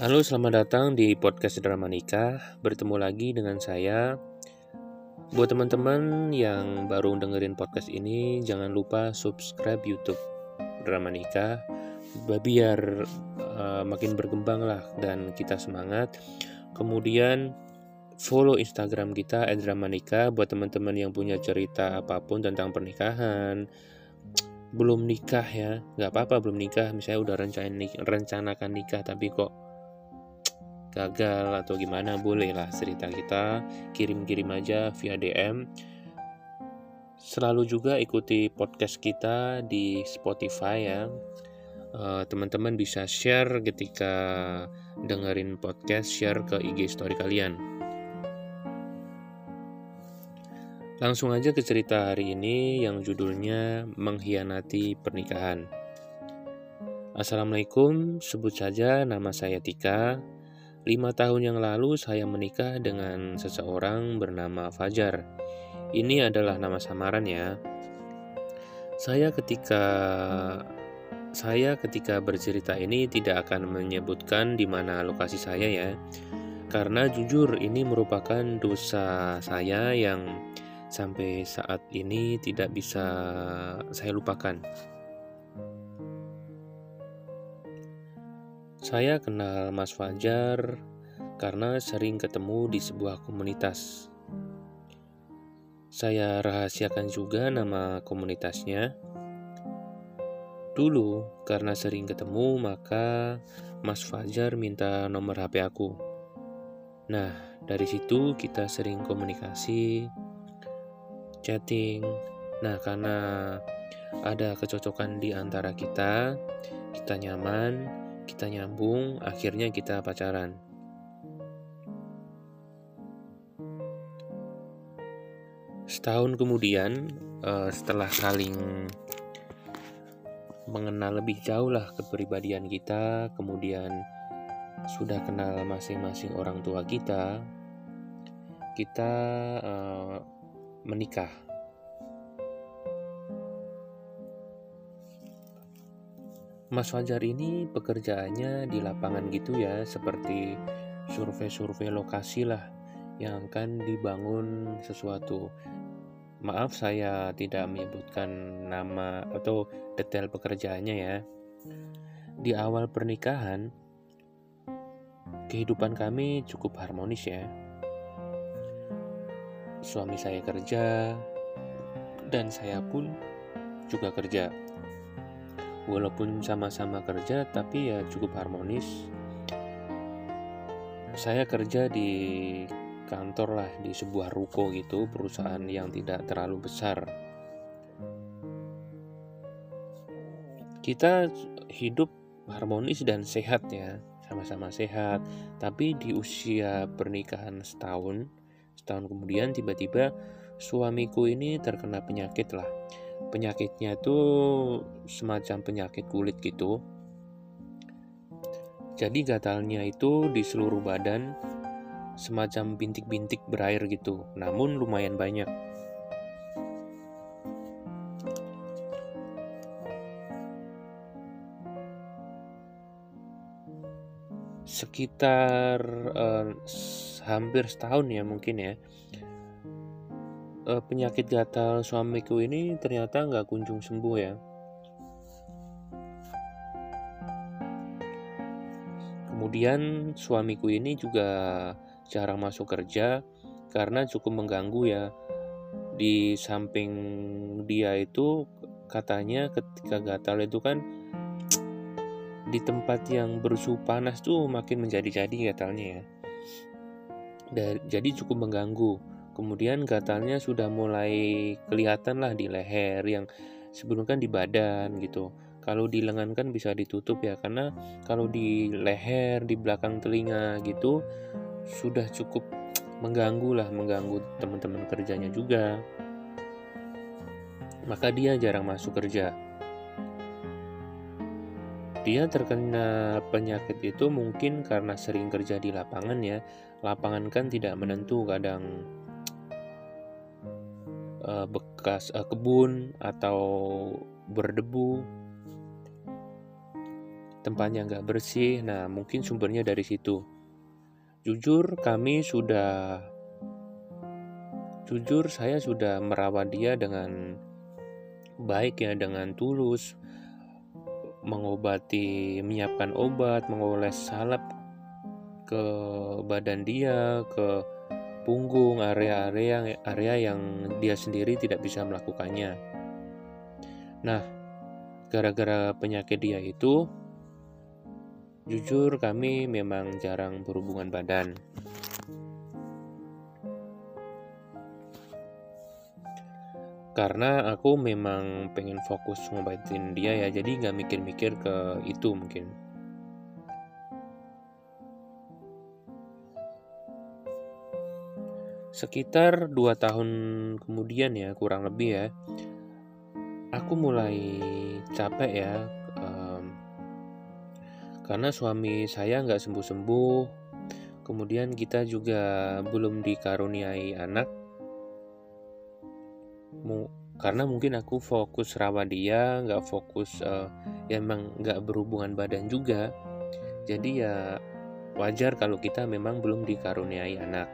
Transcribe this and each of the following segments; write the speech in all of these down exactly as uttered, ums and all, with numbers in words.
Halo, selamat datang di podcast Drama Nikah. Bertemu lagi dengan saya. Buat teman-teman yang baru dengerin podcast ini, jangan lupa subscribe YouTube Drama Nikah biar uh, makin berkembang lah dan kita semangat. Kemudian follow Instagram kita at drama nikah buat teman-teman yang punya cerita apapun tentang pernikahan. Belum nikah ya, nggak apa-apa belum nikah. Misalnya udah rencana rencanakan nikah tapi kok gagal atau gimana, bolehlah cerita kita, kirim-kirim aja via D M. Selalu juga ikuti podcast kita di Spotify ya. Uh, teman-teman bisa share ketika dengerin podcast, share ke I G story kalian. Langsung aja ke cerita hari ini yang judulnya Mengkhianati Pernikahan. Assalamualaikum, sebut saja nama saya Tika. Lima tahun yang lalu saya menikah dengan seseorang bernama Fajar. Ini adalah nama samaran ya. Saya ketika saya ketika bercerita ini tidak akan menyebutkan di mana lokasi saya ya. Karena jujur ini merupakan dosa saya yang sampai saat ini tidak bisa saya lupakan. Saya kenal Mas Fajar karena sering ketemu di sebuah komunitas. Saya rahasiakan juga nama komunitasnya. Dulu, karena sering ketemu, maka Mas Fajar minta nomor H P aku. Nah, dari situ kita sering komunikasi, chatting. Nah, karena ada kecocokan di antara kita, kita nyaman, kita nyambung, akhirnya kita pacaran. Setahun kemudian, uh, setelah saling mengenal lebih jauh lah kepribadian kita, kemudian sudah kenal masing-masing orang tua kita, kita uh, menikah. Mas Fajar ini pekerjaannya di lapangan gitu ya, seperti survei-survei lokasi lah yang akan dibangun sesuatu. Maaf saya tidak menyebutkan nama atau detail pekerjaannya ya. Di awal pernikahan, kehidupan kami cukup harmonis ya. Suami saya kerja dan saya pun juga kerja. Walaupun sama-sama kerja, tapi ya cukup harmonis. Saya kerja di kantor lah, di sebuah ruko gitu, perusahaan yang tidak terlalu besar. Kita hidup harmonis dan sehat ya, sama-sama sehat. Tapi di usia pernikahan setahun, setahun kemudian tiba-tiba suamiku ini terkena penyakit lah. Penyakitnya itu semacam penyakit kulit gitu. Jadi gatalnya itu di seluruh badan, semacam bintik-bintik berair gitu, namun lumayan banyak. Sekitar eh, hampir setahun ya mungkin ya. Uh, penyakit gatal suamiku ini ternyata nggak kunjung sembuh ya. Kemudian suamiku ini juga jarang masuk kerja karena cukup mengganggu ya. Di samping dia itu katanya ketika gatal itu kan di tempat yang bersuhu panas tuh makin menjadi-jadi gatalnya ya. Dan, jadi cukup mengganggu. Kemudian gatalnya sudah mulai kelihatan lah di leher yang sebelumnya kan di badan gitu. Kalau di lengan kan bisa ditutup ya, karena kalau di leher, di belakang telinga gitu sudah cukup mengganggu lah, mengganggu teman-teman kerjanya juga. Maka dia jarang masuk kerja. Dia terkena penyakit itu mungkin karena sering kerja di lapangan ya. Lapangan kan tidak menentu, kadang bekas kebun atau berdebu. tempatnya nggak bersih. Nah, mungkin sumbernya dari situ. Jujur, kami sudah, jujur saya sudah merawat dia dengan baik ya, dengan tulus, mengobati, menyiapkan obat, mengoles salep ke badan dia, ke punggung, area-area area yang dia sendiri tidak bisa melakukannya. Nah, gara-gara penyakit dia itu, jujur kami memang jarang berhubungan badan. Karena aku memang pengen fokus ngobatin dia ya, jadi gak mikir-mikir ke itu mungkin. Sekitar dua tahun kemudian ya, kurang lebih ya, aku mulai capek ya, um, karena suami saya gak sembuh-sembuh. Kemudian kita juga belum dikaruniai anak, karena mungkin aku fokus rawat dia, gak fokus uh, ya emang gak berhubungan badan juga. Jadi ya wajar kalau kita memang belum dikaruniai anak.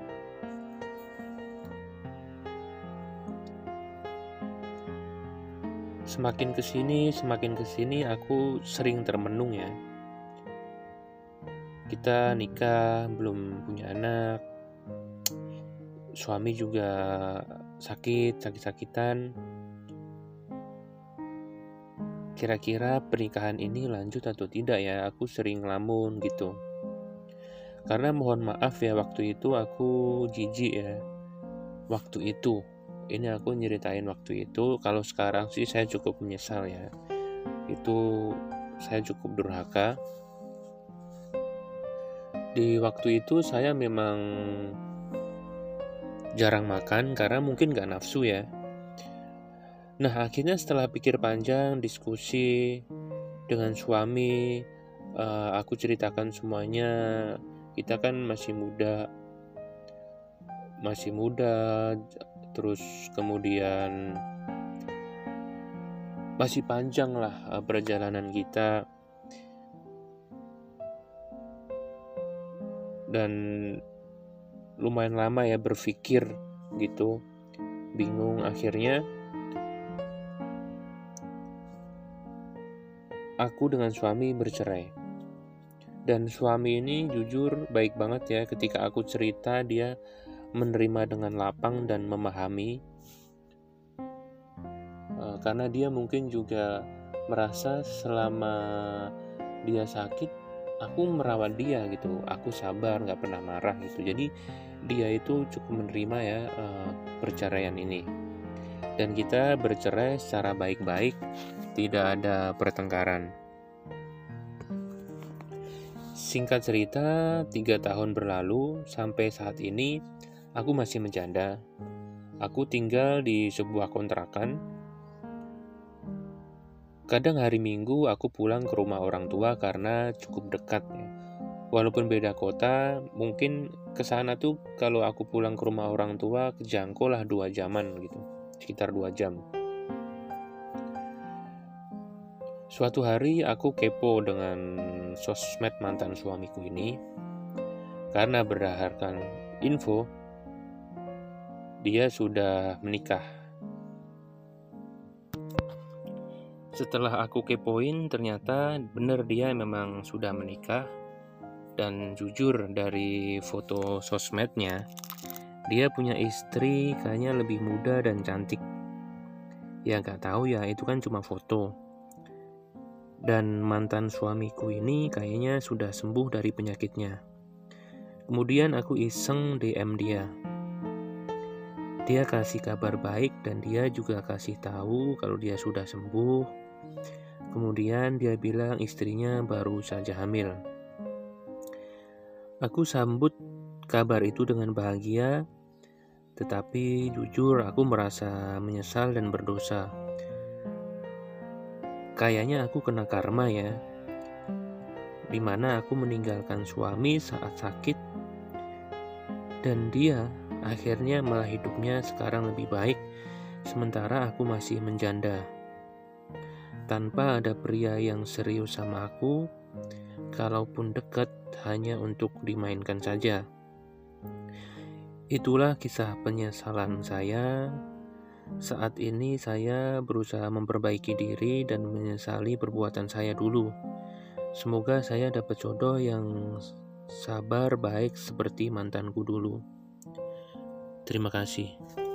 Semakin kesini, semakin kesini aku sering termenung ya. Kita nikah, belum punya anak. Suami juga sakit, sakit-sakitan. Kira-kira pernikahan ini lanjut atau tidak ya? Aku sering ngelamun gitu. Karena mohon maaf ya, waktu itu aku jijik ya. Waktu itu, ini aku nyeritain waktu itu. Kalau sekarang sih saya cukup menyesal ya. Itu saya cukup durhaka. Di waktu itu saya memang jarang makan karena mungkin gak nafsu ya. Nah, akhirnya setelah pikir panjang, diskusi dengan suami, uh, aku ceritakan semuanya. Kita kan masih muda, masih muda, terus kemudian masih panjang lah uh, perjalanan kita. Dan lumayan lama ya berpikir gitu, bingung. Akhirnya aku dengan suami bercerai. Dan suami ini jujur baik banget ya, ketika aku cerita dia menerima dengan lapang dan memahami. uh, Karena dia mungkin juga merasa selama dia sakit aku merawat dia gitu, aku sabar, gak pernah marah gitu. Jadi dia itu cukup menerima ya uh, perceraian ini. Dan kita bercerai secara baik-baik, tidak ada pertengkaran. Singkat cerita, tiga tahun berlalu, sampai saat ini aku masih menjanda. Aku tinggal di sebuah kontrakan. Kadang hari Minggu aku pulang ke rumah orang tua karena cukup dekat ya. Walaupun beda kota, mungkin ke sana tuh kalau aku pulang ke rumah orang tua kejangkau lah dua jaman gitu, sekitar dua jam. Suatu hari aku kepo dengan sosmed mantan suamiku ini, karena berdasarkan info dia sudah menikah. Setelah aku kepoin, ternyata benar dia memang sudah menikah. Dan jujur dari foto sosmednya, dia punya istri kayaknya lebih muda dan cantik. Ya gak tahu ya, itu kan cuma foto. Dan mantan suamiku ini kayaknya sudah sembuh dari penyakitnya. Kemudian aku iseng D M dia. Dia kasih kabar baik dan dia juga kasih tahu kalau dia sudah sembuh. Kemudian dia bilang istrinya baru saja hamil. Aku sambut kabar itu dengan bahagia, tetapi jujur aku merasa menyesal dan berdosa. Kayaknya aku kena karma ya, dimana aku meninggalkan suami saat sakit, dan dia akhirnya malah hidupnya sekarang lebih baik, sementara aku masih menjanda. tanpa ada pria yang serius sama aku. Kalaupun dekat, hanya untuk dimainkan saja. Itulah kisah penyesalan saya. Saat ini saya berusaha memperbaiki diri dan menyesali perbuatan saya dulu. Semoga saya dapat jodoh yang sabar baik seperti mantanku dulu. Terima kasih.